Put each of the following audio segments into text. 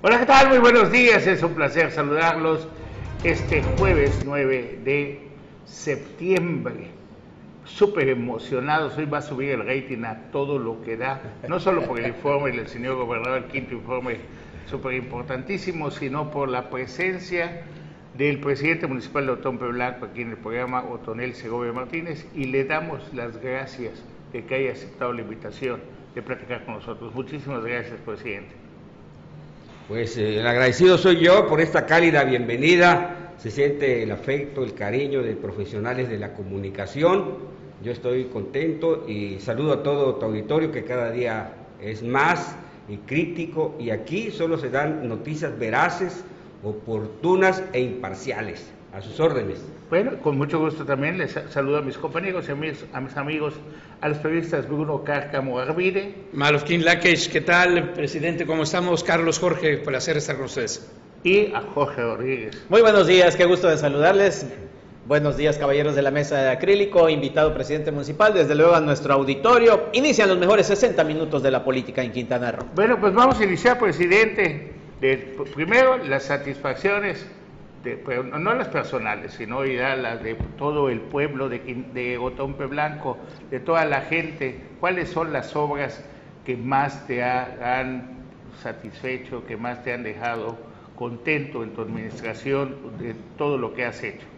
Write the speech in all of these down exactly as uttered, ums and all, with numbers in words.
Hola, ¿qué tal? Muy buenos días, es un placer saludarlos este jueves nueve de septiembre. Súper emocionados, hoy va a subir el rating a todo lo que da, no solo por el informe del señor gobernador, el quinto informe súper importantísimo, sino por la presencia del presidente municipal de Otompe Blanco aquí en el programa, Otonel Segovia Martínez, y le damos las gracias de que haya aceptado la invitación de platicar con nosotros. Muchísimas gracias, presidente. Pues eh, el agradecido soy yo por esta cálida bienvenida, se siente el afecto, el cariño de profesionales de la comunicación, yo estoy contento y saludo a todo tu auditorio que cada día es más y crítico, y aquí solo se dan noticias veraces, oportunas e imparciales. A sus órdenes. Bueno, con mucho gusto también les saludo a mis compañeros y a mis, a mis amigos, a los periodistas Bruno Cárcamo Arvide. Malofkin Lakesh, ¿qué tal, presidente? ¿Cómo estamos? Carlos Jorge, placer estar con ustedes. Y a Jorge Rodríguez. Muy buenos días, qué gusto de saludarles. Buenos días, caballeros de la mesa de acrílico, invitado presidente municipal, desde luego a nuestro auditorio. Inician los mejores sesenta minutos de la política en Quintana Roo. Bueno, pues vamos a iniciar, presidente. De, primero, las satisfacciones. De, pero no las personales, sino ya las de todo el pueblo de, de Otompe Blanco, de toda la gente. ¿Cuáles son las obras que más te ha, han satisfecho, que más te han dejado contento en tu administración, de todo lo que has hecho?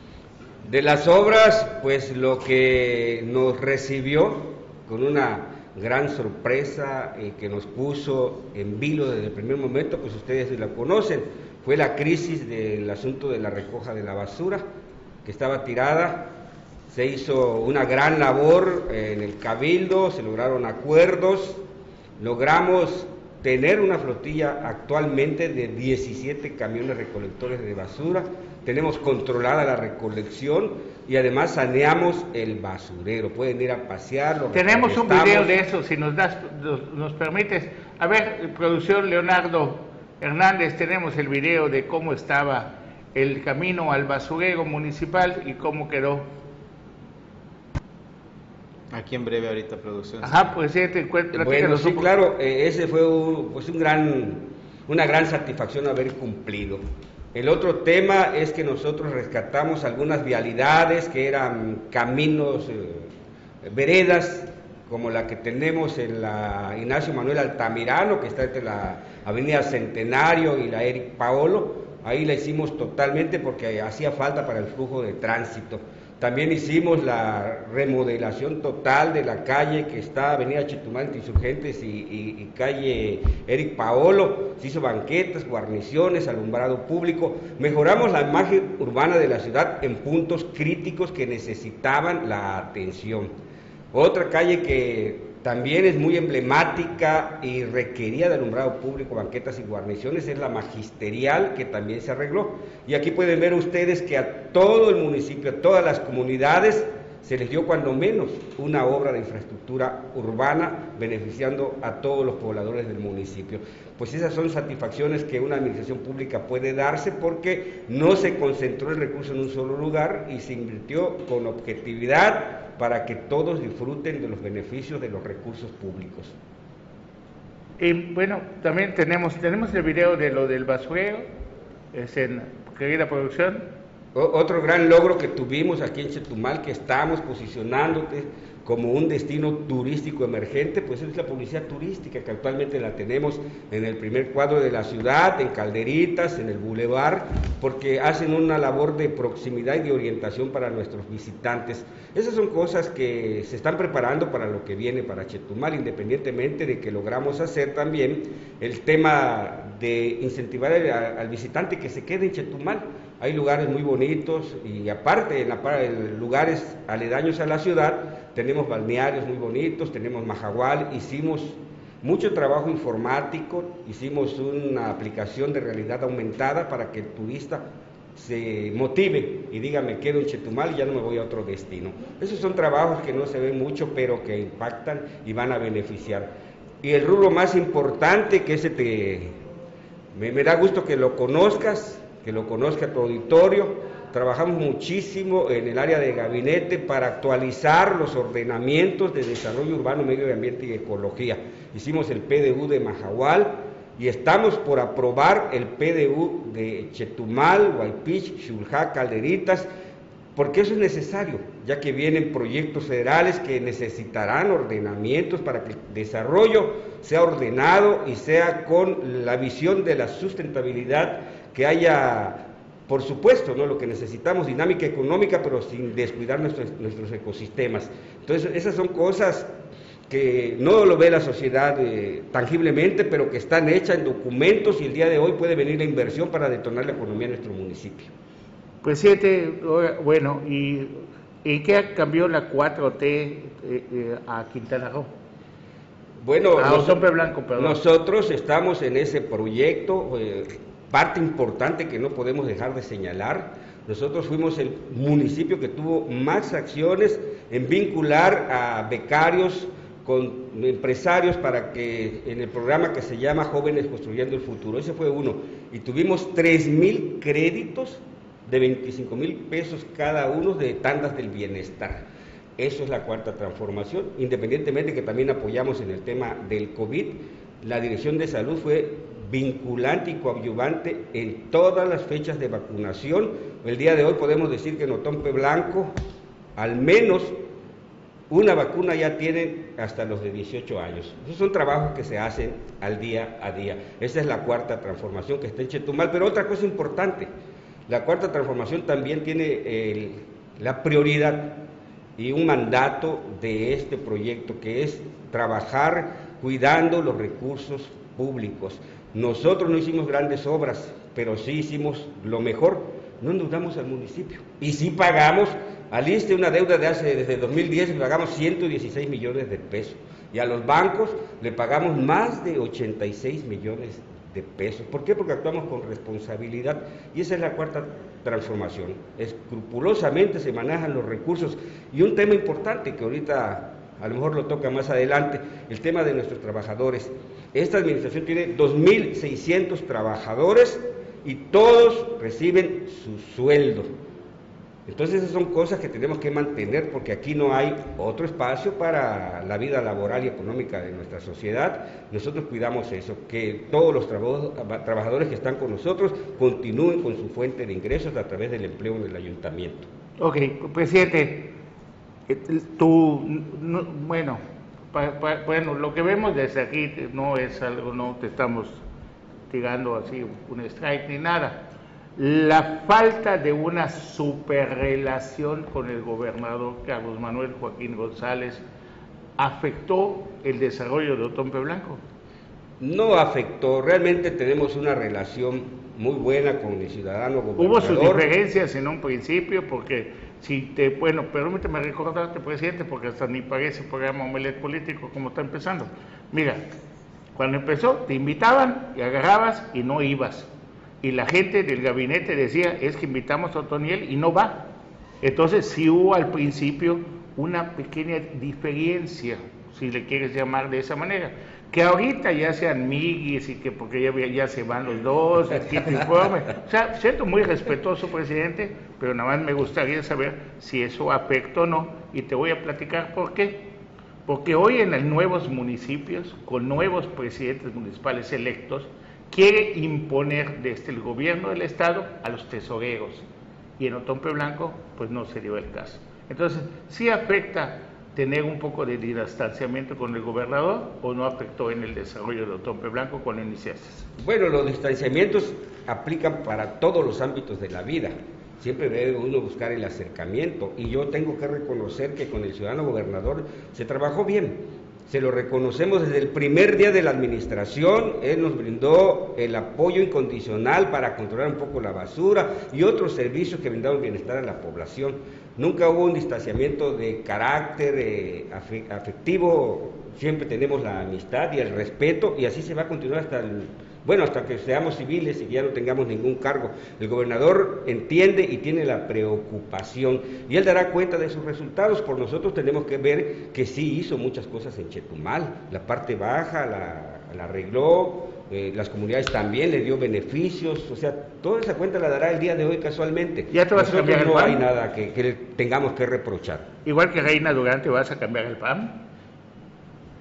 De las obras, pues lo que nos recibió con una gran sorpresa y que nos puso en vilo desde el primer momento, pues ustedes la conocen, fue la crisis del asunto de la recoja de la basura, que estaba tirada. Se hizo una gran labor en el Cabildo, se lograron acuerdos, logramos tener una flotilla actualmente de diecisiete camiones recolectores de basura, tenemos controlada la recolección y además saneamos el basurero, pueden ir a pasearlo. Tenemos un video de eso, si nos das, nos, nos permites. A ver, producción Leonardo Hernández, tenemos el video de cómo estaba el camino al basurero municipal y cómo quedó. Aquí en breve ahorita, producción. Ajá, pues sí, te encuentro. Bueno, sí, claro, eh, ese fue un, pues un gran, una gran satisfacción haber cumplido. El otro tema es que nosotros rescatamos algunas vialidades que eran caminos, eh, veredas, como la que tenemos en la Ignacio Manuel Altamirano, que está entre la Avenida Centenario y la Eric Paolo. Ahí la hicimos totalmente porque hacía falta para el flujo de tránsito. También hicimos la remodelación total de la calle que está Avenida Chetumal entre Insurgentes y, y, y calle Eric Paolo. Se hizo banquetas, guarniciones, alumbrado público. Mejoramos la imagen urbana de la ciudad en puntos críticos que necesitaban la atención. Otra calle que también es muy emblemática y requería de alumbrado público, banquetas y guarniciones es la Magisterial, que también se arregló. Y aquí pueden ver ustedes que a todo el municipio, a todas las comunidades, se les dio cuando menos una obra de infraestructura urbana beneficiando a todos los pobladores del municipio. Pues esas son satisfacciones que una administración pública puede darse porque no se concentró el recurso en un solo lugar y se invirtió con objetividad para que todos disfruten de los beneficios de los recursos públicos. Y bueno, también tenemos, tenemos el video de lo del basurero, es en querida producción. Otro gran logro que tuvimos aquí en Chetumal, que estamos posicionándote como un destino turístico emergente, pues es la publicidad turística que actualmente la tenemos en el primer cuadro de la ciudad, en Calderitas, en el Boulevard, porque hacen una labor de proximidad y de orientación para nuestros visitantes. Esas son cosas que se están preparando para lo que viene para Chetumal, independientemente de que logramos hacer también el tema de incentivar al, al visitante que se quede en Chetumal. Hay lugares muy bonitos y aparte en, la, en lugares aledaños a la ciudad tenemos balnearios muy bonitos, tenemos Majagual, hicimos mucho trabajo informático, hicimos una aplicación de realidad aumentada para que el turista se motive y diga me quedo en Chetumal y ya no me voy a otro destino. Esos son trabajos que no se ven mucho pero que impactan y van a beneficiar. Y el rubro más importante que ese te, me, me da gusto que lo conozcas, que lo conozca tu auditorio. Trabajamos muchísimo en el área de gabinete para actualizar los ordenamientos de desarrollo urbano, medio ambiente y ecología. Hicimos el P D U de Majagual y estamos por aprobar el P D U de Chetumal, Huaypich, Xulhá, Calderitas, porque eso es necesario, ya que vienen proyectos federales que necesitarán ordenamientos para que el desarrollo sea ordenado y sea con la visión de la sustentabilidad, que haya, por supuesto, ¿no?, lo que necesitamos, dinámica económica, pero sin descuidar nuestros, nuestros ecosistemas. Entonces, esas son cosas que no lo ve la sociedad eh, tangiblemente, pero que están hechas en documentos, y el día de hoy puede venir la inversión para detonar la economía de nuestro municipio. Presidente, bueno, ¿y, y qué cambió la cuatro T eh, eh, a Quintana Roo? Bueno, a nos, Otompe Blanco, perdón. Nosotros estamos en ese proyecto, eh, parte importante que no podemos dejar de señalar. Nosotros fuimos el municipio que tuvo más acciones en vincular a becarios con empresarios para que en el programa que se llama Jóvenes Construyendo el Futuro, ese fue uno, y tuvimos tres mil créditos de veinticinco mil pesos cada uno de tandas del bienestar. Eso es la cuarta transformación, independientemente que también apoyamos en el tema del COVID. La Dirección de Salud fue vinculante y coadyuvante en todas las fechas de vacunación. El día de hoy podemos decir que en Otompe Blanco al menos una vacuna ya tienen hasta los de dieciocho años. Esos son trabajos que se hacen al día a día. Esa es la cuarta transformación que está en Chetumal. Pero otra cosa importante, la cuarta transformación también tiene el, la prioridad y un mandato de este proyecto, que es trabajar cuidando los recursos públicos. Nosotros no hicimos grandes obras, pero sí hicimos lo mejor. No endeudamos al municipio y sí pagamos al I S S S T E una deuda de hace desde dos mil diez, le pagamos ciento dieciséis millones de pesos, y a los bancos le pagamos más de ochenta y seis millones de pesos. ¿Por qué? Porque actuamos con responsabilidad, y esa es la cuarta transformación. Escrupulosamente se manejan los recursos. Y un tema importante que ahorita a lo mejor lo toca más adelante, el tema de nuestros trabajadores. Esta administración tiene dos mil seiscientos trabajadores y todos reciben su sueldo. Entonces esas son cosas que tenemos que mantener, porque aquí no hay otro espacio para la vida laboral y económica de nuestra sociedad. Nosotros cuidamos eso, que todos los trabo- trabajadores que están con nosotros continúen con su fuente de ingresos a través del empleo en el ayuntamiento. Ok, presidente, tú, no, bueno, pa, pa, bueno, lo que vemos desde aquí no es algo, no te estamos tirando así un strike ni nada. La falta de una superrelación con el gobernador Carlos Manuel Joaquín González afectó el desarrollo de Otompe Blanco. No afectó, realmente tenemos una relación muy buena con el ciudadano gobernador. Hubo sus diferencias en un principio, porque si te, bueno, permíteme recordarte, presidente, porque hasta ni pagué ese programa Omelet Político como está empezando. Mira, cuando empezó te invitaban y agarrabas y no ibas. Y la gente del gabinete decía, es que invitamos a Otoniel y no va. Entonces sí hubo al principio una pequeña diferencia, si le quieres llamar de esa manera. Que ahorita ya sean miguis y que porque ya, ya se van los dos, el tipo informe. O sea, siento muy respetuoso, presidente, pero nada más me gustaría saber si eso afecta o no, y te voy a platicar por qué. Porque hoy en los nuevos municipios, con nuevos presidentes municipales electos, quiere imponer desde el gobierno del estado a los tesoreros, y en Otompe Blanco pues no se dio el caso. Entonces, ¿sí afecta tener un poco de distanciamiento con el gobernador o no afectó en el desarrollo de Otompe Blanco cuando iniciaste? Bueno, los distanciamientos aplican para todos los ámbitos de la vida. Siempre debe uno buscar el acercamiento, y yo tengo que reconocer que con el ciudadano gobernador se trabajó bien. Se lo reconocemos desde el primer día de la administración. Él nos brindó el apoyo incondicional para controlar un poco la basura y otros servicios que brindaron bienestar a la población. Nunca hubo un distanciamiento de carácter eh, afectivo, siempre tenemos la amistad y el respeto, y así se va a continuar hasta el, bueno, hasta que seamos civiles y ya no tengamos ningún cargo. El gobernador entiende y tiene la preocupación, y él dará cuenta de sus resultados. Por nosotros tenemos que ver que sí hizo muchas cosas en Chetumal, la parte baja la, la arregló, eh, las comunidades también le dio beneficios, o sea, toda esa cuenta la dará el día de hoy casualmente. ¿Ya te vas nosotros a cambiar no el P A M? hay nada que, que tengamos que reprochar. Igual que Reina Durante, ¿vas a cambiar el P A M?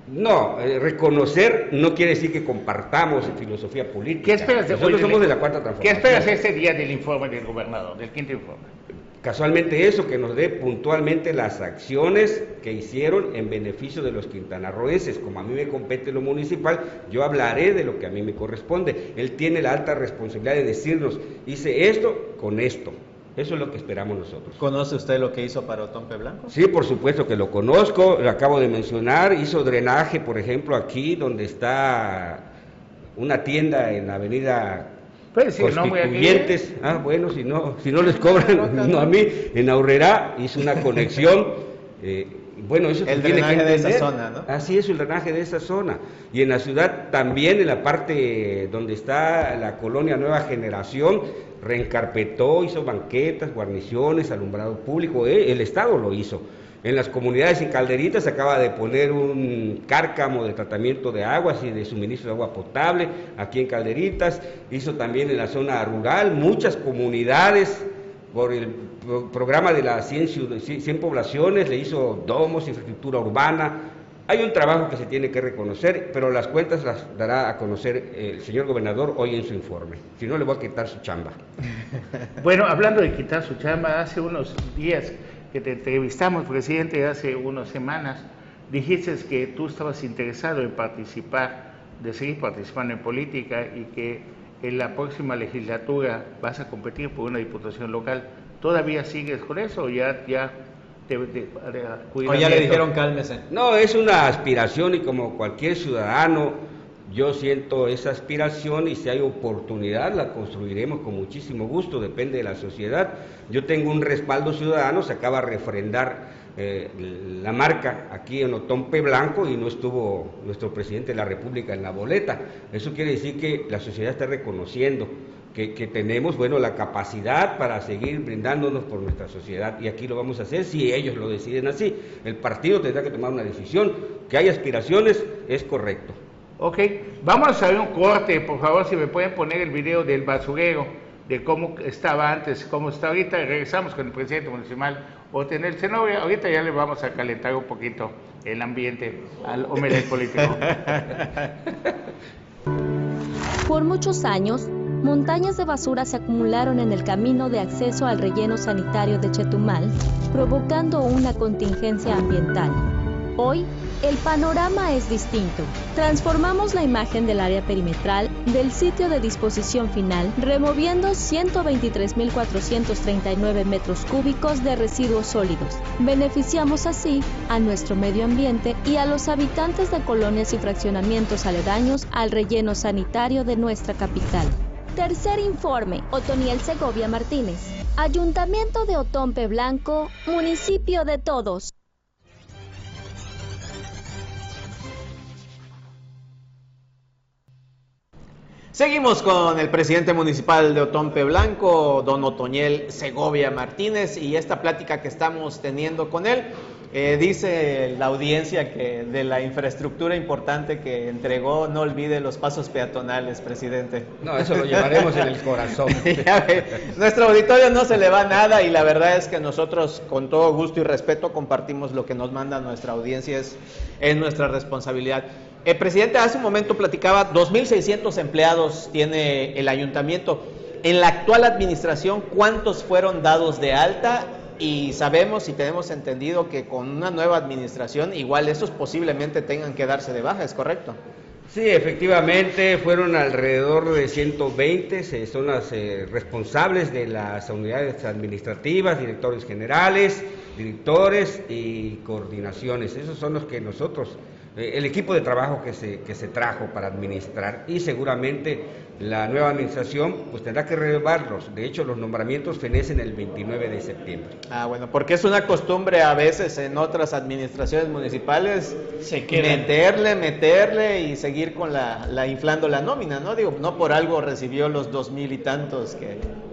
No, eh, reconocer no quiere decir que compartamos filosofía política. ¿Qué esperas de, Nosotros oye, somos de la cuarta transformación. ¿Qué esperas ese día del informe del gobernador, del quinto informe? Casualmente eso, que nos dé puntualmente las acciones que hicieron en beneficio de los quintanarroenses. Como a mí me compete lo municipal, yo hablaré de lo que a mí me corresponde. Él tiene la alta responsabilidad de decirnos, hice esto con esto. Eso es lo que esperamos nosotros. ¿Conoce usted lo que hizo para Otompe Blanco? Sí, por supuesto que lo conozco, lo acabo de mencionar. Hizo drenaje, por ejemplo, aquí donde está una tienda en la avenida Pues sí, no muy Constituyentes. Ah, bueno, si no, si no les cobran, no a mí, en Aurrerá hizo una conexión. Eh, bueno, eso el tiene drenaje que de esa zona, ¿no? Así es, el drenaje de esa zona. Y en la ciudad también, en la parte donde está la colonia Nueva Generación, reencarpetó, hizo banquetas, guarniciones, alumbrado público, eh, el Estado lo hizo. En las comunidades en Calderitas se acaba de poner un cárcamo de tratamiento de aguas y de suministro de agua potable, aquí en Calderitas. Hizo también en la zona rural, muchas comunidades, por el pro programa de las cien, cien poblaciones, le hizo domos, infraestructura urbana. Hay un trabajo que se tiene que reconocer, pero las cuentas las dará a conocer el señor gobernador hoy en su informe. Si no, le voy a quitar su chamba. Bueno, hablando de quitar su chamba, hace unos días que te entrevistamos, presidente, hace unas semanas, dijiste que tú estabas interesado en participar, de seguir participando en política y que en la próxima legislatura vas a competir por una diputación local. ¿Todavía sigues con eso o ya... ya te, te, te, o ya le dijeron cálmese? No, es una aspiración y como cualquier ciudadano, yo siento esa aspiración y si hay oportunidad la construiremos con muchísimo gusto, depende de la sociedad. Yo tengo un respaldo ciudadano, se acaba de refrendar eh, la marca aquí en Otompe Blanco y no estuvo nuestro presidente de la República en la boleta. Eso quiere decir que la sociedad está reconociendo que, que tenemos, bueno, la capacidad para seguir brindándonos por nuestra sociedad y aquí lo vamos a hacer si ellos lo deciden así. El partido tendrá que tomar una decisión, que hay aspiraciones, es correcto. Ok, vamos a ver un corte, por favor, si me pueden poner el video del basurero, de cómo estaba antes, cómo está ahorita, y regresamos con el presidente municipal Otonel Zenobia. Ahorita ya le vamos a calentar un poquito el ambiente al omelet político. Por muchos años, montañas de basura se acumularon en el camino de acceso al relleno sanitario de Chetumal, provocando una contingencia ambiental. Hoy, el panorama es distinto. Transformamos la imagen del área perimetral del sitio de disposición final, removiendo ciento veintitrés mil cuatrocientos treinta y nueve metros cúbicos de residuos sólidos. Beneficiamos así a nuestro medio ambiente y a los habitantes de colonias y fraccionamientos aledaños al relleno sanitario de nuestra capital. Tercer informe, Otoniel Segovia Martínez. Ayuntamiento de Otompe Blanco, municipio de todos. Seguimos con el presidente municipal de Otompe Blanco, don Otoniel Segovia Martínez, y esta plática que estamos teniendo con él, eh, dice la audiencia que de la infraestructura importante que entregó, no olvide los pasos peatonales, presidente. No, eso lo llevaremos en el corazón. Ya ve, nuestro auditorio no se le va nada y la verdad es que nosotros con todo gusto y respeto compartimos lo que nos manda nuestra audiencia, es, es nuestra responsabilidad. El presidente hace un momento platicaba, dos mil seiscientos empleados tiene el ayuntamiento. En la actual administración, ¿cuántos fueron dados de alta? Y sabemos y tenemos entendido que con una nueva administración, igual esos posiblemente tengan que darse de baja, ¿es correcto? Sí, efectivamente, fueron alrededor de ciento veinte, son las eh, responsables de las unidades administrativas, directores generales, directores y coordinaciones. Esos son los que nosotros... el equipo de trabajo que se, que se trajo para administrar y seguramente la nueva administración pues tendrá que relevarlos. De hecho, los nombramientos fenecen el veintinueve de septiembre. Ah, bueno, porque es una costumbre a veces en otras administraciones municipales se quedan. meterle, meterle y seguir con la, la inflando la nómina, ¿no? Digo, no por algo recibió los dos mil y tantos que...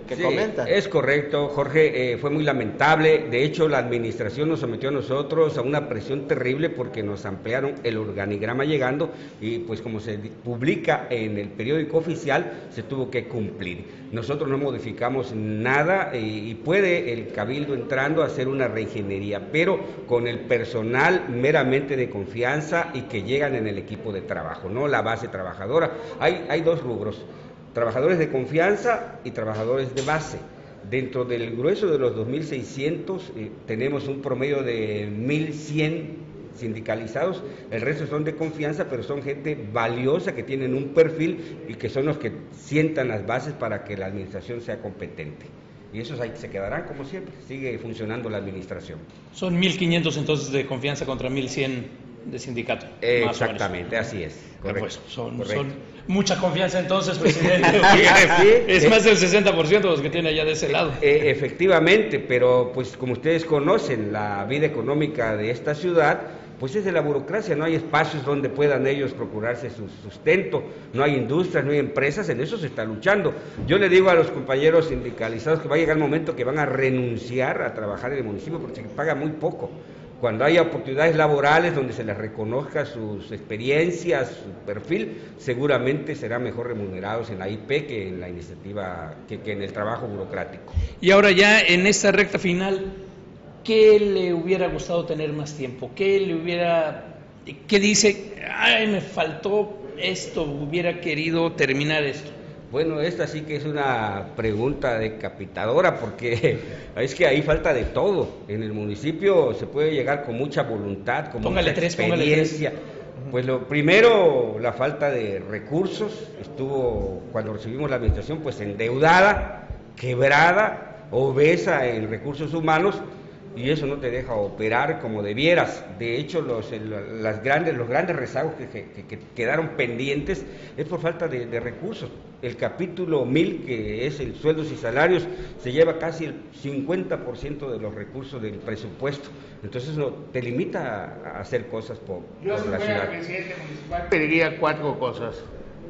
que Sí, comenta. Es correcto, Jorge, eh, fue muy lamentable. De hecho, la administración nos sometió a nosotros a una presión terrible porque nos ampliaron el organigrama llegando y pues como se publica en el periódico oficial, se tuvo que cumplir. Nosotros no modificamos nada eh, y puede el Cabildo entrando a hacer una reingeniería, pero con el personal meramente de confianza y que llegan en el equipo de trabajo, no la base trabajadora. Hay, hay dos rubros: trabajadores de confianza y trabajadores de base. Dentro del grueso de los dos mil seiscientos eh, tenemos un promedio de mil cien sindicalizados, el resto son de confianza, pero son gente valiosa que tienen un perfil y que son los que sientan las bases para que la administración sea competente. Y esos ahí se quedarán como siempre, sigue funcionando la administración. Son mil quinientos entonces de confianza contra mil cien de sindicato. Eh, más exactamente, así es. Correcto, pues son, correcto. son mucha confianza entonces, presidente. Sí, es eh, más del sesenta por ciento los que tiene allá de ese lado. Eh, efectivamente, pero pues como ustedes conocen la vida económica de esta ciudad, pues es de la burocracia, no hay espacios donde puedan ellos procurarse su sustento, no hay industrias, no hay empresas, en eso se está luchando. Yo le digo a los compañeros sindicalizados que va a llegar el momento que van a renunciar a trabajar en el municipio porque se paga muy poco. Cuando haya oportunidades laborales donde se les reconozca sus experiencias, su perfil, seguramente serán mejor remunerados en la I P que en la iniciativa, que, que en el trabajo burocrático. Y ahora ya en esta recta final, ¿qué le hubiera gustado tener más tiempo? ¿Qué le hubiera, qué dice, ay, me faltó esto, hubiera querido terminar esto? Bueno, esta sí que es una pregunta decapitadora porque es que ahí falta de todo. En el municipio se puede llegar con mucha voluntad, con póngale mucha tres, experiencia. Póngale tres. Pues lo primero, la falta de recursos. Estuvo, cuando recibimos la administración, pues endeudada, quebrada, obesa en recursos humanos, y eso no te deja operar como debieras. De hecho, los, el, las grandes, los grandes rezagos que, que, que quedaron pendientes es por falta de, de recursos. El capítulo mil, que es el sueldos y salarios, se lleva casi el cincuenta por ciento de los recursos del presupuesto. Entonces no, te limita a, a hacer cosas por, Yo, por si la fuera ciudad. presidente municipal, pediría cuatro cosas: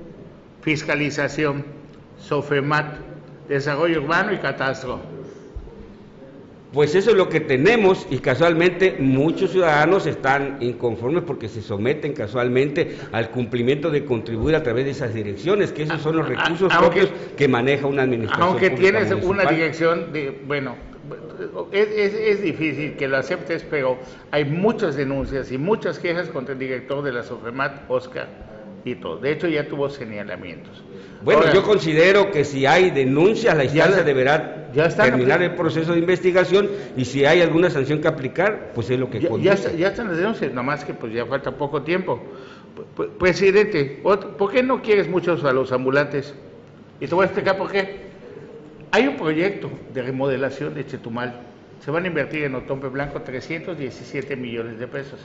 fiscalización, SOFEMAT, desarrollo urbano y catastro. Pues eso es lo que tenemos y casualmente muchos ciudadanos están inconformes porque se someten casualmente al cumplimiento de contribuir a través de esas direcciones, que esos son los recursos aunque, propios que maneja una administración Aunque pública tienes municipal. una dirección de, bueno, es, es, es difícil que lo aceptes, pero hay muchas denuncias y muchas quejas contra el director de la SOFEMAT, Oscar, y todo. De hecho ya tuvo señalamientos. Bueno, Ahora, yo considero que si hay denuncias, la instancia ya, deberá ya están, terminar el proceso de investigación y si hay alguna sanción que aplicar, pues es lo que ya, conduce. ya, está, ya están las denuncias, nomás que pues ya falta poco tiempo. P Presidente, ¿por qué no quieres muchos a los ambulantes? Y te voy a explicar por qué. Hay un proyecto de remodelación de Chetumal. Se van a invertir en Otompe Blanco trescientos diecisiete millones de pesos.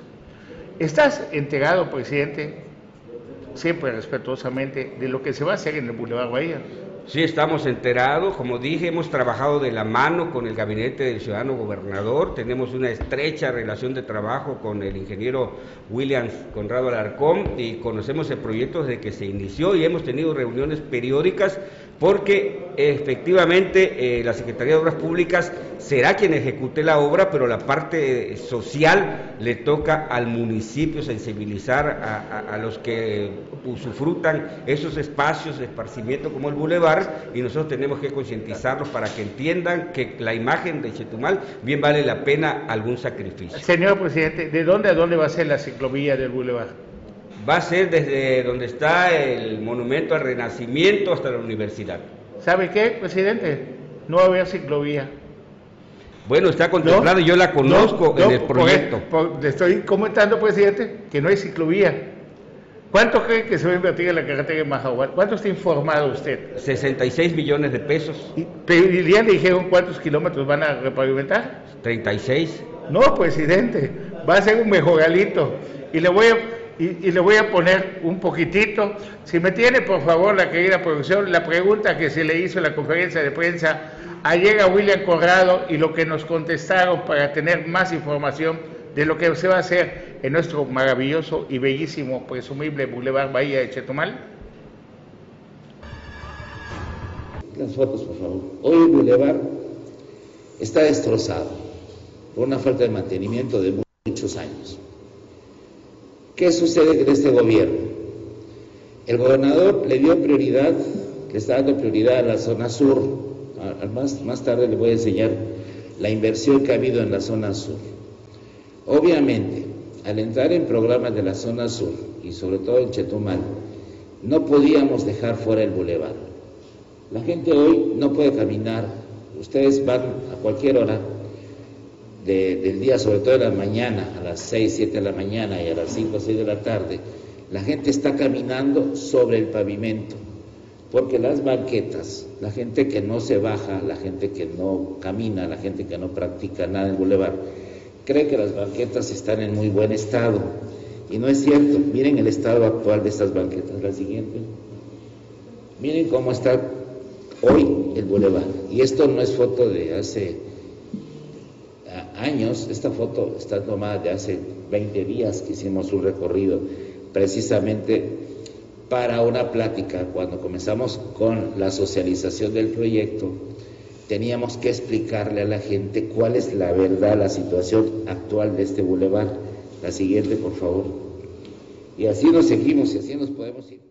¿Estás enterado, presidente, siempre respetuosamente, de lo que se va a hacer en el Boulevard Bahía? Sí, estamos enterados, como dije, hemos trabajado de la mano con el gabinete del ciudadano gobernador, tenemos una estrecha relación de trabajo con el ingeniero William Conrado Alarcón y conocemos el proyecto desde que se inició y hemos tenido reuniones periódicas porque efectivamente eh, la Secretaría de Obras Públicas será quien ejecute la obra, pero la parte social le toca al municipio sensibilizar a, a, a los que usufrutan esos espacios de esparcimiento como el bulevar y nosotros tenemos que concientizarlos para que entiendan que la imagen de Chetumal bien vale la pena algún sacrificio. Señor presidente, ¿de dónde a dónde va a ser la ciclovía del bulevar? Va a ser desde donde está el monumento al Renacimiento hasta la universidad. ¿Sabe qué, presidente? No va a haber ciclovía. Bueno, está contemplado y no, yo la conozco no, en no, el proyecto. Por, por, le estoy comentando, presidente, que no hay ciclovía. ¿Cuánto cree que se va a invertir en la carretera de Majahual? ¿Cuánto está informado usted? sesenta y seis millones de pesos. ¿Y, pero ya le dijeron cuántos kilómetros van a repavimentar? treinta y seis. No, presidente, va a ser un mejoralito. Y le voy a... Y, y le voy a poner un poquitito. Si me tiene, por favor, la querida producción, la pregunta que se le hizo en la conferencia de prensa ayer a William Conrado y lo que nos contestaron para tener más información de lo que se va a hacer en nuestro maravilloso y bellísimo, presumible Boulevard Bahía de Chetumal. Las fotos, por favor. Hoy el bulevar está destrozado por una falta de mantenimiento de muchos años. ¿Qué sucede con este gobierno? El gobernador le dio prioridad, le está dando prioridad a la zona sur. Más, más tarde le voy a enseñar la inversión que ha habido en la zona sur. Obviamente, al entrar en programas de la zona sur, y sobre todo en Chetumal, no podíamos dejar fuera el bulevar. La gente hoy no puede caminar. Ustedes van a cualquier hora de, del día, sobre todo en la mañana, a las seis, siete de la mañana y a las cinco o seis de la tarde, la gente está caminando sobre el pavimento, porque las banquetas, la gente que no se baja, la gente que no camina, la gente que no practica nada en el bulevar, cree que las banquetas están en muy buen estado, y no es cierto. Miren el estado actual de estas banquetas. La siguiente. Miren cómo está hoy el bulevar, y esto no es foto de hace años, esta foto está tomada de hace veinte días que hicimos un recorrido precisamente para una plática. Cuando comenzamos con la socialización del proyecto, teníamos que explicarle a la gente cuál es la verdad, la situación actual de este bulevar. La siguiente, por favor. Y así nos seguimos y así nos podemos ir.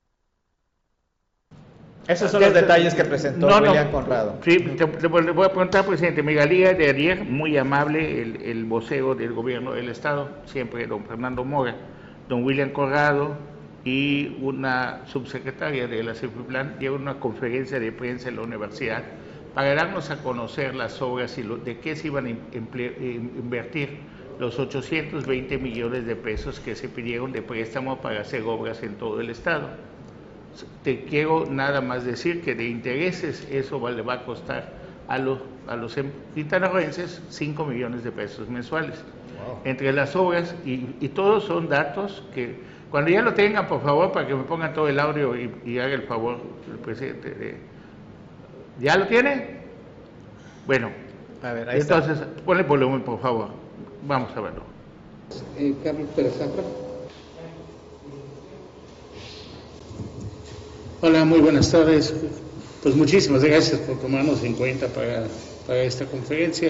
Esos son los detalles que presentó no, William no, Conrado. Sí, te, te voy a preguntar, presidente. Me galía de ayer, muy amable, el, el vocero del gobierno del Estado, siempre don Fernando Mora, don William Conrado y una subsecretaria de la CEFIPLAN dieron una conferencia de prensa en la universidad para darnos a conocer las obras y lo, de qué se iban a invertir los ochocientos veinte millones de pesos que se pidieron de préstamo para hacer obras en todo el Estado. Te quiero nada más decir que de intereses eso le va a costar a los, a los quintanarroenses cinco millones de pesos mensuales. Wow. Entre las obras, y, y todos son datos que cuando ya lo tengan, por favor, para que me pongan todo el audio y, y haga el favor el presidente. De, ¿ya lo tiene? Bueno, a ver, ahí entonces está. Ponle volumen, por favor. Vamos a verlo. Eh, Carlos Pérez Zafra. Hola, muy buenas tardes. Pues muchísimas gracias por tomarnos en cuenta para, para esta conferencia.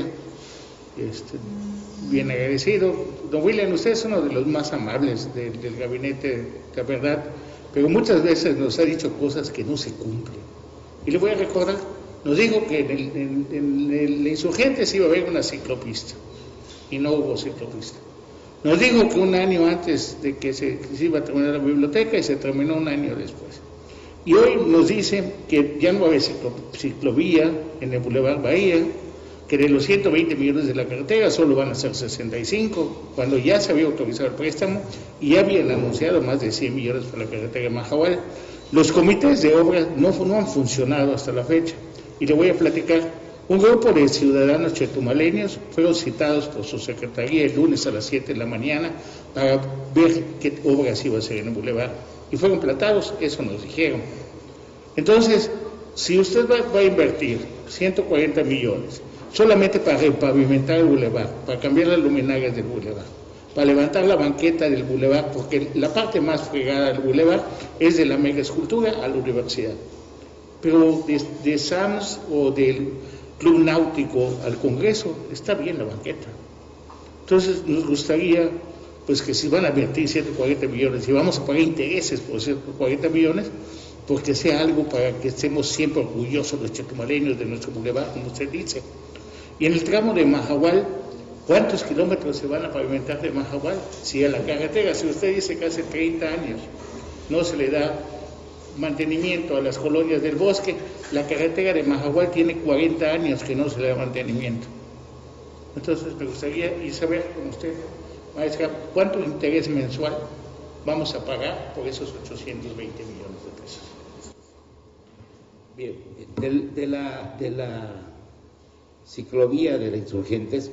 Este, bien agradecido. Don William, usted es uno de los más amables del, del gabinete, la verdad, pero muchas veces nos ha dicho cosas que no se cumplen. Y le voy a recordar, nos dijo que en el, en, en el Insurgente se iba a haber una ciclopista, y no hubo ciclopista. Nos dijo que un año antes de que se, que se iba a terminar la biblioteca, y se terminó un año después. Y hoy nos dicen que ya no va a haber ciclo, ciclovía en el Boulevard Bahía, que de los ciento veinte millones de la carretera solo van a ser sesenta y cinco, cuando ya se había autorizado el préstamo y ya habían anunciado más de cien millones para la carretera de Mahahual. Los comités de obra no, no han funcionado hasta la fecha, y le voy a platicar. Un grupo de ciudadanos chetumaleños fueron citados por su secretaría el lunes a las siete de la mañana para ver qué obras iba a hacer en el Boulevard. Y fueron platados, eso nos dijeron. Entonces, si usted va, va a invertir ciento cuarenta millones solamente para repavimentar el bulevar, para cambiar las luminarias del bulevar, para levantar la banqueta del bulevar, porque la parte más fregada del bulevar es de la mega escultura a la universidad. Pero de, de S A M S o del Club Náutico al Congreso está bien la banqueta. Entonces, nos gustaría pues que si van a invertir ciento cuarenta millones y vamos a pagar intereses por ciento cuarenta millones, porque sea algo para que estemos siempre orgullosos los chetumaleños de nuestro bulevar, como usted dice. Y en el tramo de Mahahual, ¿cuántos kilómetros se van a pavimentar de Mahahual? Si a la carretera, si usted dice que hace treinta años no se le da mantenimiento a las colonias del bosque, la carretera de Mahahual tiene cuarenta años que no se le da mantenimiento. Entonces me gustaría y saber con usted, maestra, ¿cuánto interés mensual vamos a pagar por esos ochocientos veinte millones de pesos? Bien, de, de, la, de la ciclovía de la Insurgentes,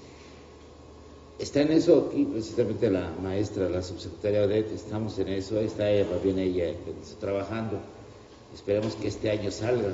está en eso aquí precisamente la maestra, la subsecretaria Odette, estamos en eso, ahí está ella, bien ella trabajando, esperemos que este año salga.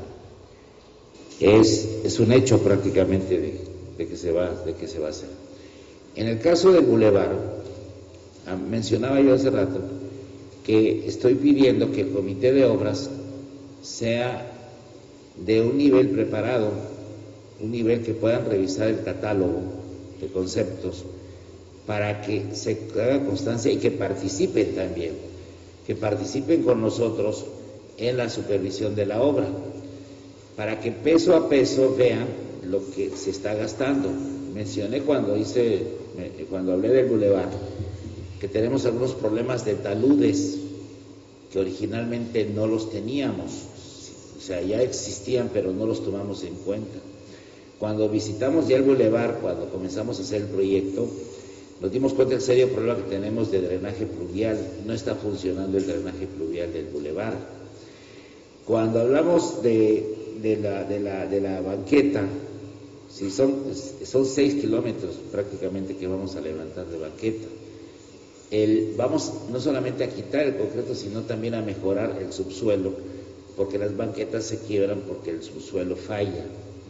Es, es un hecho prácticamente de, de, que se va, de que se va a hacer. En el caso del bulevar, mencionaba yo hace rato que estoy pidiendo que el comité de obras sea de un nivel preparado, un nivel que puedan revisar el catálogo de conceptos para que se haga constancia y que participen también, que participen con nosotros en la supervisión de la obra, para que peso a peso vean lo que se está gastando. Mencioné cuando hice, cuando hablé del bulevar, que tenemos algunos problemas de taludes que originalmente no los teníamos, o sea, ya existían pero no los tomamos en cuenta. Cuando visitamos ya el bulevar, cuando comenzamos a hacer el proyecto, nos dimos cuenta del serio problema que tenemos de drenaje pluvial. No está funcionando el drenaje pluvial del bulevar. Cuando hablamos de, de, la, de, la, de la banqueta, si son, son seis kilómetros prácticamente que vamos a levantar de banqueta. El, vamos no solamente a quitar el concreto, sino también a mejorar el subsuelo, porque las banquetas se quiebran porque el subsuelo falla.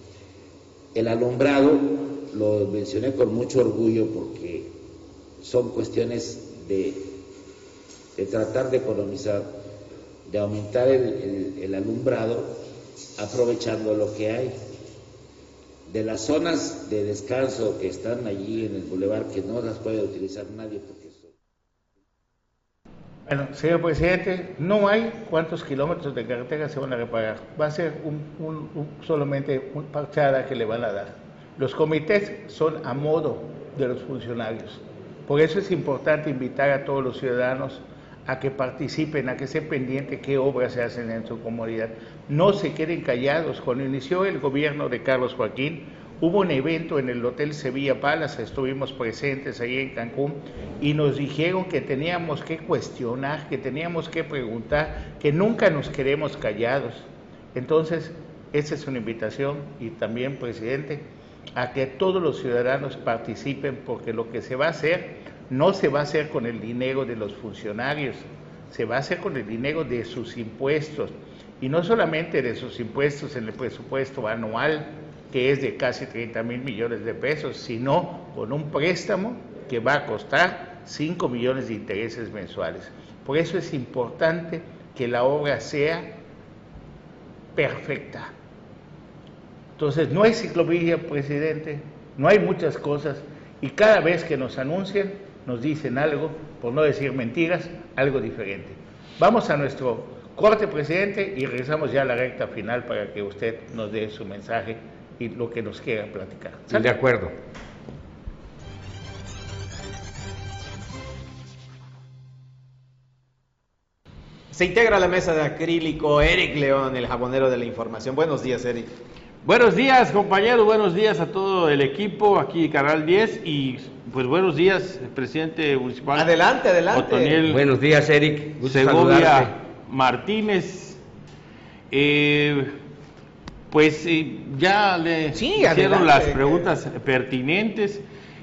El alumbrado lo mencioné con mucho orgullo porque son cuestiones de, de tratar de economizar, de aumentar el, el, el alumbrado aprovechando lo que hay. De las zonas de descanso que están allí en el bulevar, que no las puede utilizar nadie porque son... Bueno, señor presidente, no hay cuántos kilómetros de carretera se van a reparar. Va a ser un, un, un, solamente una parchada que le van a dar. Los comités son a modo de los funcionarios. Por eso es importante invitar a todos los ciudadanos a que participen, a que estén pendientes qué obras se hacen en su comunidad. No se queden callados. Cuando inició el gobierno de Carlos Joaquín, hubo un evento en el Hotel Sevilla Palace, estuvimos presentes ahí en Cancún, y nos dijeron que teníamos que cuestionar, que teníamos que preguntar, que nunca nos quedemos callados. Entonces, esa es una invitación, y también, presidente, a que todos los ciudadanos participen, porque lo que se va a hacer no se va a hacer con el dinero de los funcionarios, se va a hacer con el dinero de sus impuestos, y no solamente de sus impuestos en el presupuesto anual, que es de casi treinta mil millones de pesos, sino con un préstamo que va a costar cinco millones de intereses mensuales. Por eso es importante que la obra sea perfecta. Entonces, no hay ciclovía, presidente, no hay muchas cosas, y cada vez que nos anuncian, nos dicen algo, por no decir mentiras, algo diferente. Vamos a nuestro corte, presidente, y regresamos ya a la recta final para que usted nos dé su mensaje y lo que nos quiera platicar. ¿Sale? De acuerdo. Se integra a la mesa de acrílico Eric León, el jabonero de la información. Buenos días, Eric. Buenos días, compañeros, buenos días a todo el equipo aquí Canal diez y pues buenos días, presidente municipal. Adelante, adelante. Otoniel buenos días, Eric. Gusto Segovia saludarte. Martínez. Eh, pues eh, ya le sí, hicieron adelante. las preguntas pertinentes.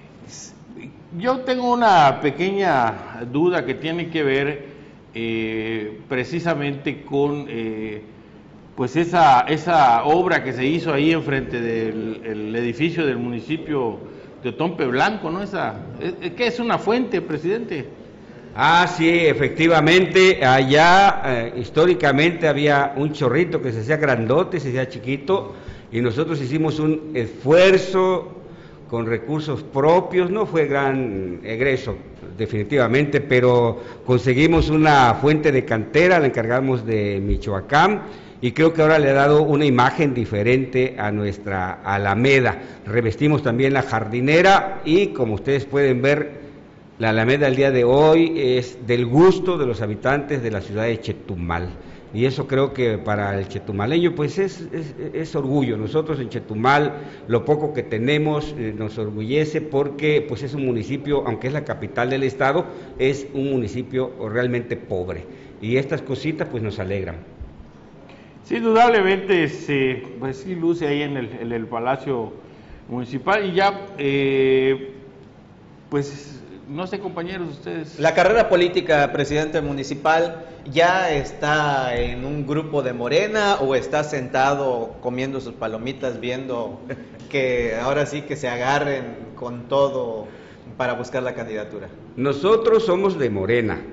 Yo tengo una pequeña duda que tiene que ver eh, precisamente con... Eh, pues esa, esa obra que se hizo ahí enfrente del el edificio del municipio de Otompe Blanco, ¿no? Esa, ¿qué es una fuente, presidente? Ah, sí, efectivamente, allá eh, históricamente había un chorrito que se hacía grandote, se hacía chiquito, y nosotros hicimos un esfuerzo con recursos propios, no fue gran egreso, definitivamente, pero conseguimos una fuente de cantera, la encargamos de Michoacán, y creo que ahora le ha dado una imagen diferente a nuestra Alameda. Revestimos también la jardinera y, como ustedes pueden ver, la Alameda el día de hoy es del gusto de los habitantes de la ciudad de Chetumal. Y eso creo que para el chetumaleño pues es, es, es orgullo. Nosotros en Chetumal lo poco que tenemos eh, nos orgullece porque pues es un municipio, aunque es la capital del estado, es un municipio realmente pobre. Y estas cositas pues nos alegran. Sí, indudablemente, se, pues sí luce ahí en el, en el Palacio Municipal y ya, eh, pues, no sé, compañeros, ustedes... La carrera política, presidente municipal, ¿ya está en un grupo de Morena o está sentado comiendo sus palomitas viendo que ahora sí que se agarren con todo para buscar la candidatura? Nosotros somos de Morena.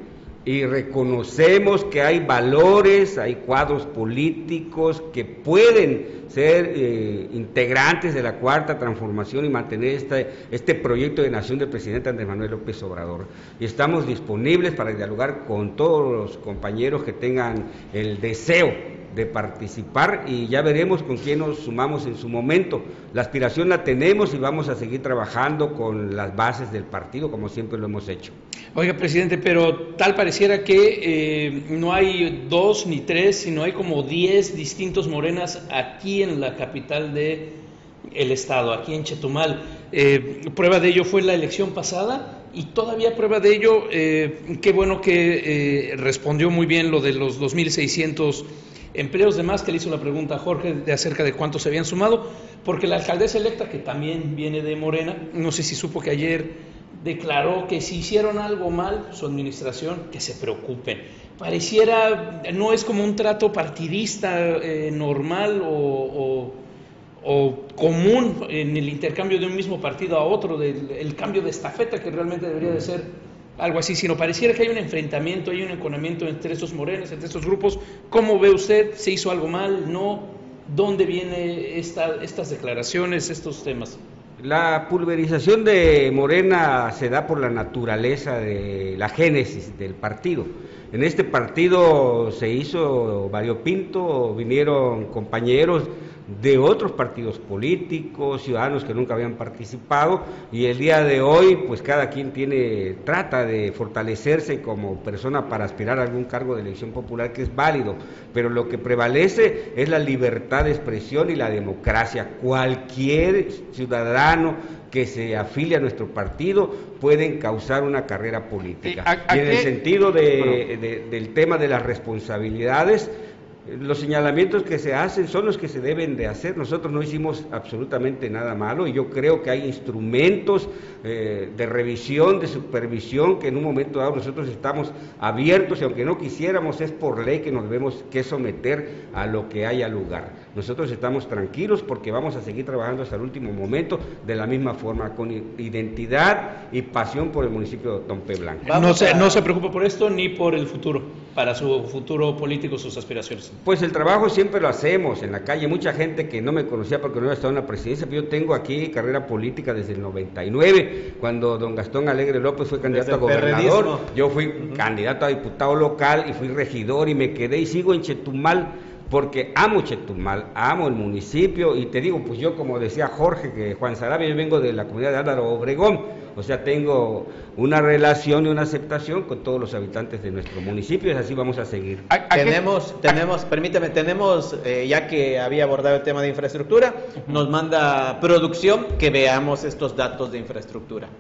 y reconocemos que hay valores, hay cuadros políticos que pueden ser eh, integrantes de la Cuarta Transformación y mantener este, este proyecto de nación del presidente Andrés Manuel López Obrador. Y estamos disponibles para dialogar con todos los compañeros que tengan el deseo de participar y ya veremos con quién nos sumamos en su momento. La aspiración la tenemos y vamos a seguir trabajando con las bases del partido como siempre lo hemos hecho. Oiga, presidente, pero tal pareciera que eh, no hay dos ni tres, sino hay como diez distintos Morenas aquí en la capital de el estado, aquí en Chetumal. Eh, prueba de ello fue la elección pasada y todavía prueba de ello, eh, qué bueno que eh, respondió muy bien lo de los dos mil seiscientos empleos de más, que le hizo la pregunta a Jorge de acerca de cuántos se habían sumado, porque la alcaldesa electa, que también viene de Morena, no sé si supo que ayer declaró que si hicieron algo mal su administración, que se preocupen. Pareciera, no es como un trato partidista eh, normal o, o, o común en el intercambio de un mismo partido a otro, del el cambio de estafeta que realmente debería de ser algo así, sino pareciera que hay un enfrentamiento, hay un enconamiento entre estos morenos, entre estos grupos. ¿Cómo ve usted? ¿Se hizo algo mal? ¿No? ¿Dónde vienen esta, estas declaraciones, estos temas? La pulverización de Morena se da por la naturaleza de la génesis del partido. En este partido se hizo variopinto, vinieron compañeros de otros partidos políticos, ciudadanos que nunca habían participado, y el día de hoy pues cada quien tiene, trata de fortalecerse como persona para aspirar a algún cargo de elección popular, que es válido, pero lo que prevalece es la libertad de expresión y la democracia. Cualquier ciudadano que se afilie a nuestro partido puede causar una carrera política. ¿A, a y en qué? el sentido de, de, del tema de las responsabilidades, los señalamientos que se hacen son los que se deben de hacer. Nosotros no hicimos absolutamente nada malo y yo creo que hay instrumentos eh, de revisión, de supervisión, que en un momento dado nosotros estamos abiertos y aunque no quisiéramos es por ley que nos debemos que someter a lo que haya lugar. Nosotros estamos tranquilos porque vamos a seguir trabajando hasta el último momento de la misma forma, con identidad y pasión por el municipio de Otompe Blanco. No se, no se preocupa por esto ni por el futuro, para su futuro político, sus aspiraciones. Pues el trabajo siempre lo hacemos en la calle. Mucha gente que no me conocía porque no había estado en la presidencia, pero yo tengo aquí carrera política desde el noventa y nueve, cuando don Gastón Alegre López fue candidato a gobernador. Yo fui uh-huh. candidato a diputado local y fui regidor y me quedé y sigo en Chetumal porque amo Chetumal, amo el municipio y te digo, pues yo como decía Jorge, que Juan Sarabia, yo vengo de la comunidad de Álvaro Obregón, o sea, tengo una relación y una aceptación con todos los habitantes de nuestro municipio y así vamos a seguir. ¿A, a tenemos, qué? tenemos, permíteme, tenemos, eh, ya que había abordado el tema de infraestructura, nos manda producción que veamos estos datos de infraestructura.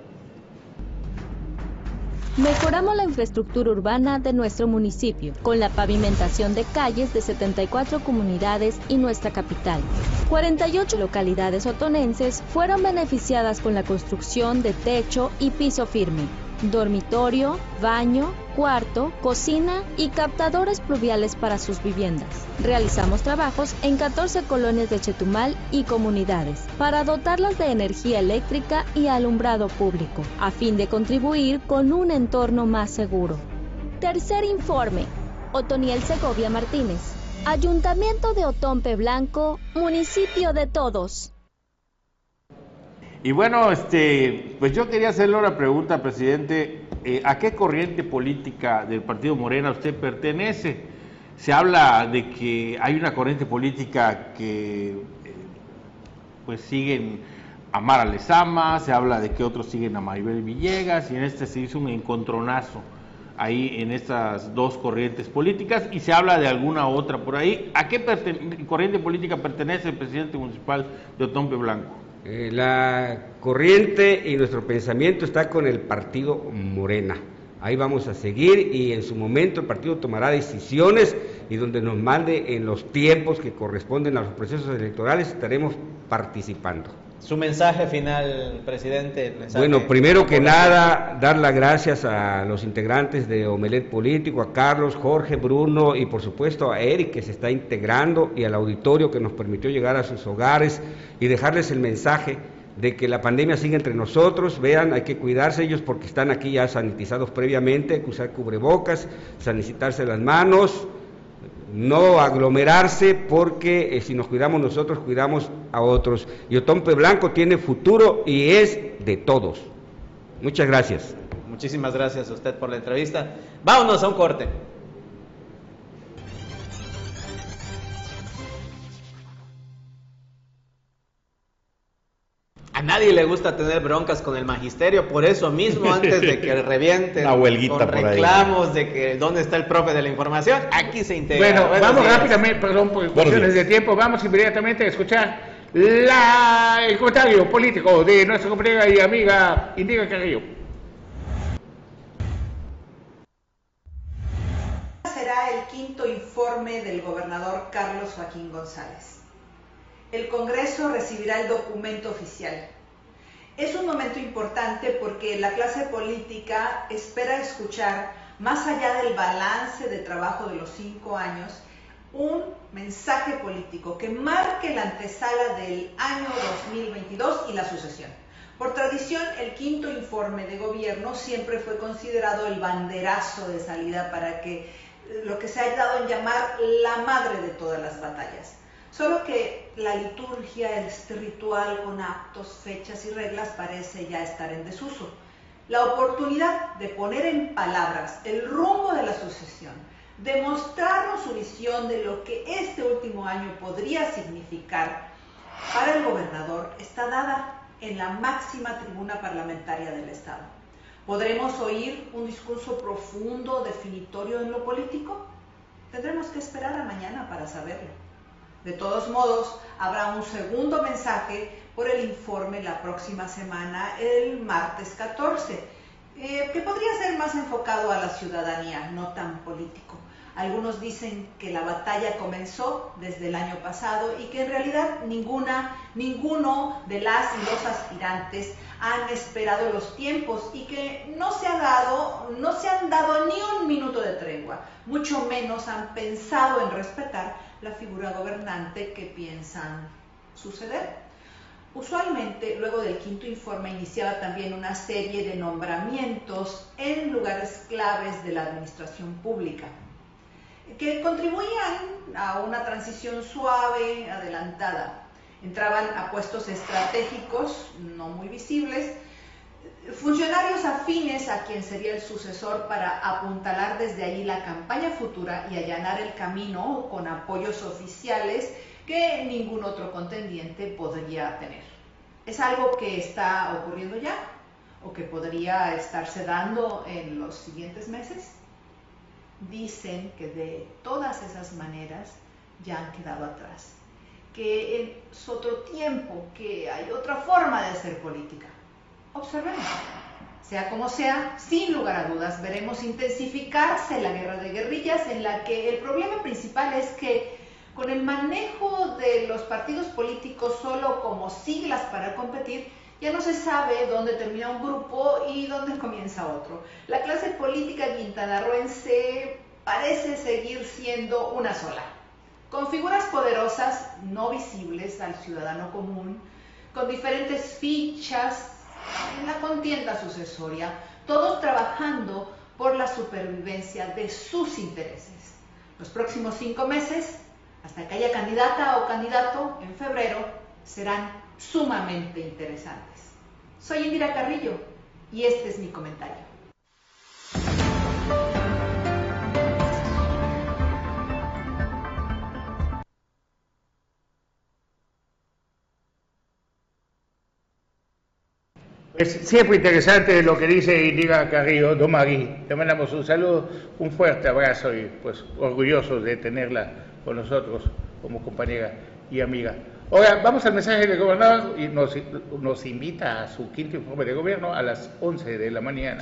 Mejoramos la infraestructura urbana de nuestro municipio, con la pavimentación de calles de setenta y cuatro comunidades y nuestra capital. cuarenta y ocho localidades otonenses fueron beneficiadas con la construcción de techo y piso firme, dormitorio, baño, cuarto, cocina y captadores pluviales para sus viviendas. Realizamos trabajos en catorce colonias de Chetumal y comunidades para dotarlas de energía eléctrica y alumbrado público, a fin de contribuir con un entorno más seguro. Tercer informe. Otoniel Segovia Martínez, Ayuntamiento de Otompe Blanco, municipio de todos. Y bueno, este, pues yo quería hacerle una pregunta, presidente. Eh, ¿A qué corriente política del Partido Morena usted pertenece? Se habla de que hay una corriente política que eh, pues siguen a Mara Lezama, se habla de que otros siguen a Maribel Villegas, y en este se hizo un encontronazo ahí en estas dos corrientes políticas, y se habla de alguna otra por ahí. ¿A qué corriente política pertenece el presidente municipal de Otompe Blanco? Eh, la corriente y nuestro pensamiento está con el partido Morena. Ahí vamos a seguir y en su momento el partido tomará decisiones y donde nos mande en los tiempos que corresponden a los procesos electorales estaremos participando. Su mensaje final, presidente. Mensaje bueno, primero que nada, dar las gracias a los integrantes de Omelet Político, a Carlos, Jorge, Bruno y por supuesto a Eric que se está integrando y al auditorio que nos permitió llegar a sus hogares y dejarles el mensaje de que la pandemia siga entre nosotros. Vean, hay que cuidarse ellos porque están aquí ya sanitizados previamente, hay que usar cubrebocas, sanitizarse las manos, no aglomerarse, porque eh, si nos cuidamos nosotros, cuidamos a otros. Y Otompe Blanco tiene futuro y es de todos. Muchas gracias. Muchísimas gracias a usted por la entrevista. Vámonos a un corte. A nadie le gusta tener broncas con el magisterio, por eso mismo, antes de que revienten Una huelguita con por ahí. reclamos de que dónde está el profe de la información, aquí se integra. Bueno, Buenos vamos días. rápidamente, perdón por cuestiones de tiempo, vamos inmediatamente a escuchar la, el comentario político de nuestra compañera y amiga Indira Carrillo. Será el quinto informe del gobernador Carlos Joaquín González. El Congreso recibirá el documento oficial. Es un momento importante porque la clase política espera escuchar, más allá del balance de trabajo de los cinco años, un mensaje político que marque la antesala del año dos mil veintidós y la sucesión. Por tradición, el quinto informe de gobierno siempre fue considerado el banderazo de salida para que lo que se ha dado en llamar la madre de todas las batallas. Solo que la liturgia, este ritual con actos, fechas y reglas parece ya estar en desuso. La oportunidad de poner en palabras el rumbo de la sucesión, de mostrarnos su visión de lo que este último año podría significar para el gobernador, está dada en la máxima tribuna parlamentaria del Estado. ¿Podremos oír un discurso profundo, definitorio en lo político? Tendremos que esperar a mañana para saberlo. De todos modos, habrá un segundo mensaje por el informe la próxima semana, el martes catorce, eh, que podría ser más enfocado a la ciudadanía, no tan político. Algunos dicen que la batalla comenzó desde el año pasado y que en realidad ninguna, ninguno de las y los aspirantes han esperado los tiempos y que no se ha dado, no se han dado ni un minuto de tregua, mucho menos han pensado en respetar la figura gobernante que piensan suceder. Usualmente, luego del quinto informe, iniciaba también una serie de nombramientos en lugares claves de la administración pública, que contribuían a una transición suave, adelantada. Entraban a puestos estratégicos, no muy visibles, funcionarios afines a quien sería el sucesor para apuntalar desde allí la campaña futura y allanar el camino con apoyos oficiales que ningún otro contendiente podría tener. ¿Es algo que está ocurriendo ya o que podría estarse dando en los siguientes meses? Dicen que de todas esas maneras ya han quedado atrás, que es otro tiempo, que hay otra forma de hacer política. Observemos. Sea como sea, sin lugar a dudas, veremos intensificarse la guerra de guerrillas en la que el problema principal es que con el manejo de los partidos políticos solo como siglas para competir, ya no se sabe dónde termina un grupo y dónde comienza otro. La clase política quintanarroense parece seguir siendo una sola, con figuras poderosas no visibles al ciudadano común, con diferentes fichas en la contienda sucesoria, todos trabajando por la supervivencia de sus intereses. Los próximos cinco meses, hasta que haya candidata o candidato en febrero, serán sumamente interesantes. Soy Indira Carrillo y este es mi comentario. Es siempre interesante lo que dice Indira Carrillo, don Marí. Te mandamos un saludo, un fuerte abrazo y pues orgullosos de tenerla con nosotros como compañera y amiga. Ahora vamos al mensaje del gobernador y nos, nos invita a su quinto informe de gobierno a las once de la mañana.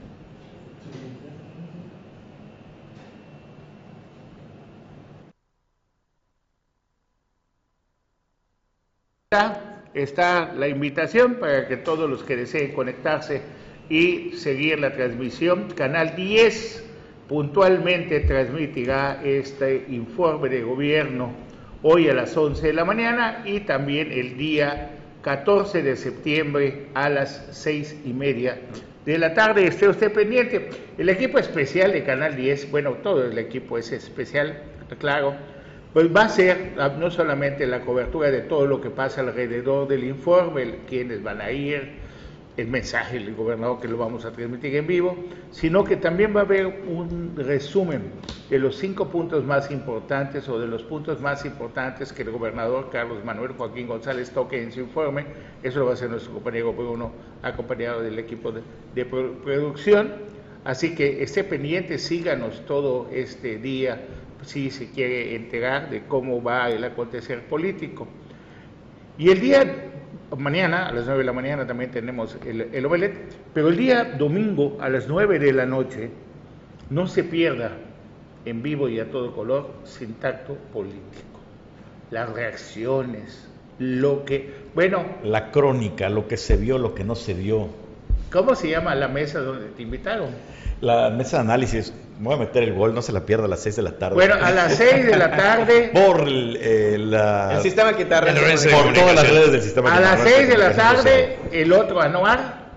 Está la invitación para que todos los que deseen conectarse y seguir la transmisión, Canal diez puntualmente transmitirá este informe de gobierno hoy a las once de la mañana y también el día catorce de septiembre a las seis y media de la tarde. Esté usted pendiente. El equipo especial de Canal diez, bueno, todo el equipo es especial, claro, pues va a ser no solamente la cobertura de todo lo que pasa alrededor del informe, el, quienes van a ir, el mensaje del gobernador que lo vamos a transmitir en vivo, sino que también va a haber un resumen de los cinco puntos más importantes o de los puntos más importantes que el gobernador Carlos Manuel Joaquín González toque en su informe. Eso lo va a hacer nuestro compañero Bruno, acompañado del equipo de, de producción. Así que esté pendiente, síganos todo este día si se quiere enterar de cómo va el acontecer político. Y el día mañana, a las nueve de la mañana, también tenemos el, el omelet, pero el día domingo, a las nueve de la noche, no se pierda en vivo y a todo color, Sin Tacto Político. Las reacciones, lo que, bueno... La crónica, lo que se vio, lo que no se vio. ¿Cómo se llama la mesa donde te invitaron? La mesa de análisis, voy a meter el gol, no se la pierda a las seis de la tarde. Bueno, a las seis de la tarde. Por el, eh, la... el sistema Quintarrense. Por todas las redes del sistema A las seis de la tarde, el otro anuar.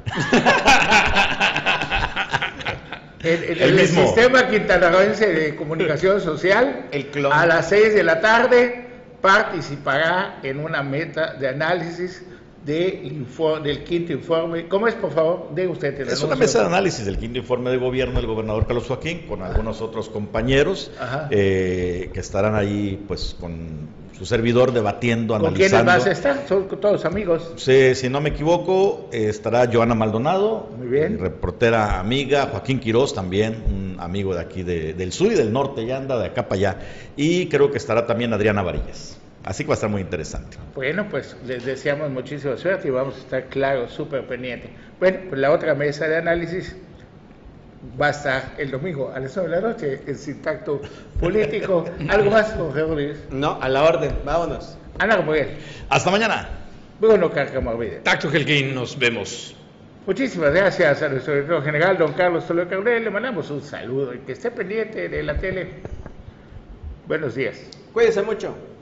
el, el, el, el sistema Quintarrense de comunicación social. El clon. A las seis de la tarde participará en una meta de análisis de informe, del quinto informe. ¿Cómo es, por favor? De usted. Es una mesa de análisis del quinto informe de gobierno del gobernador Carlos Joaquín, con algunos otros compañeros eh, que estarán ahí, pues, con su servidor debatiendo, ¿Con analizando. ¿Con quiénes vas a estar? Son todos amigos. Sí, si no me equivoco, eh, estará Joana Maldonado, muy bien, reportera amiga, Joaquín Quirós también, un amigo de aquí de, del sur y del norte, ya anda de acá para allá, y creo que estará también Adriana Varillas. Así que va a estar muy interesante. Bueno, pues les deseamos muchísima suerte y vamos a estar, claro, súper pendientes. Bueno, pues la otra mesa de análisis va a estar el domingo a las nueve de la noche en Sin Tacto Político. ¿Algo más, Jorge Rodríguez? No, a la orden. Vámonos. Ana Gabriel. Hasta mañana. Bruno Cárcamo Arvide. Tacto Helguín, nos vemos. Muchísimas gracias a nuestro director general, don Carlos Toledo Cabrera. Le mandamos un saludo y que esté pendiente de la tele. Buenos días. Cuídense mucho.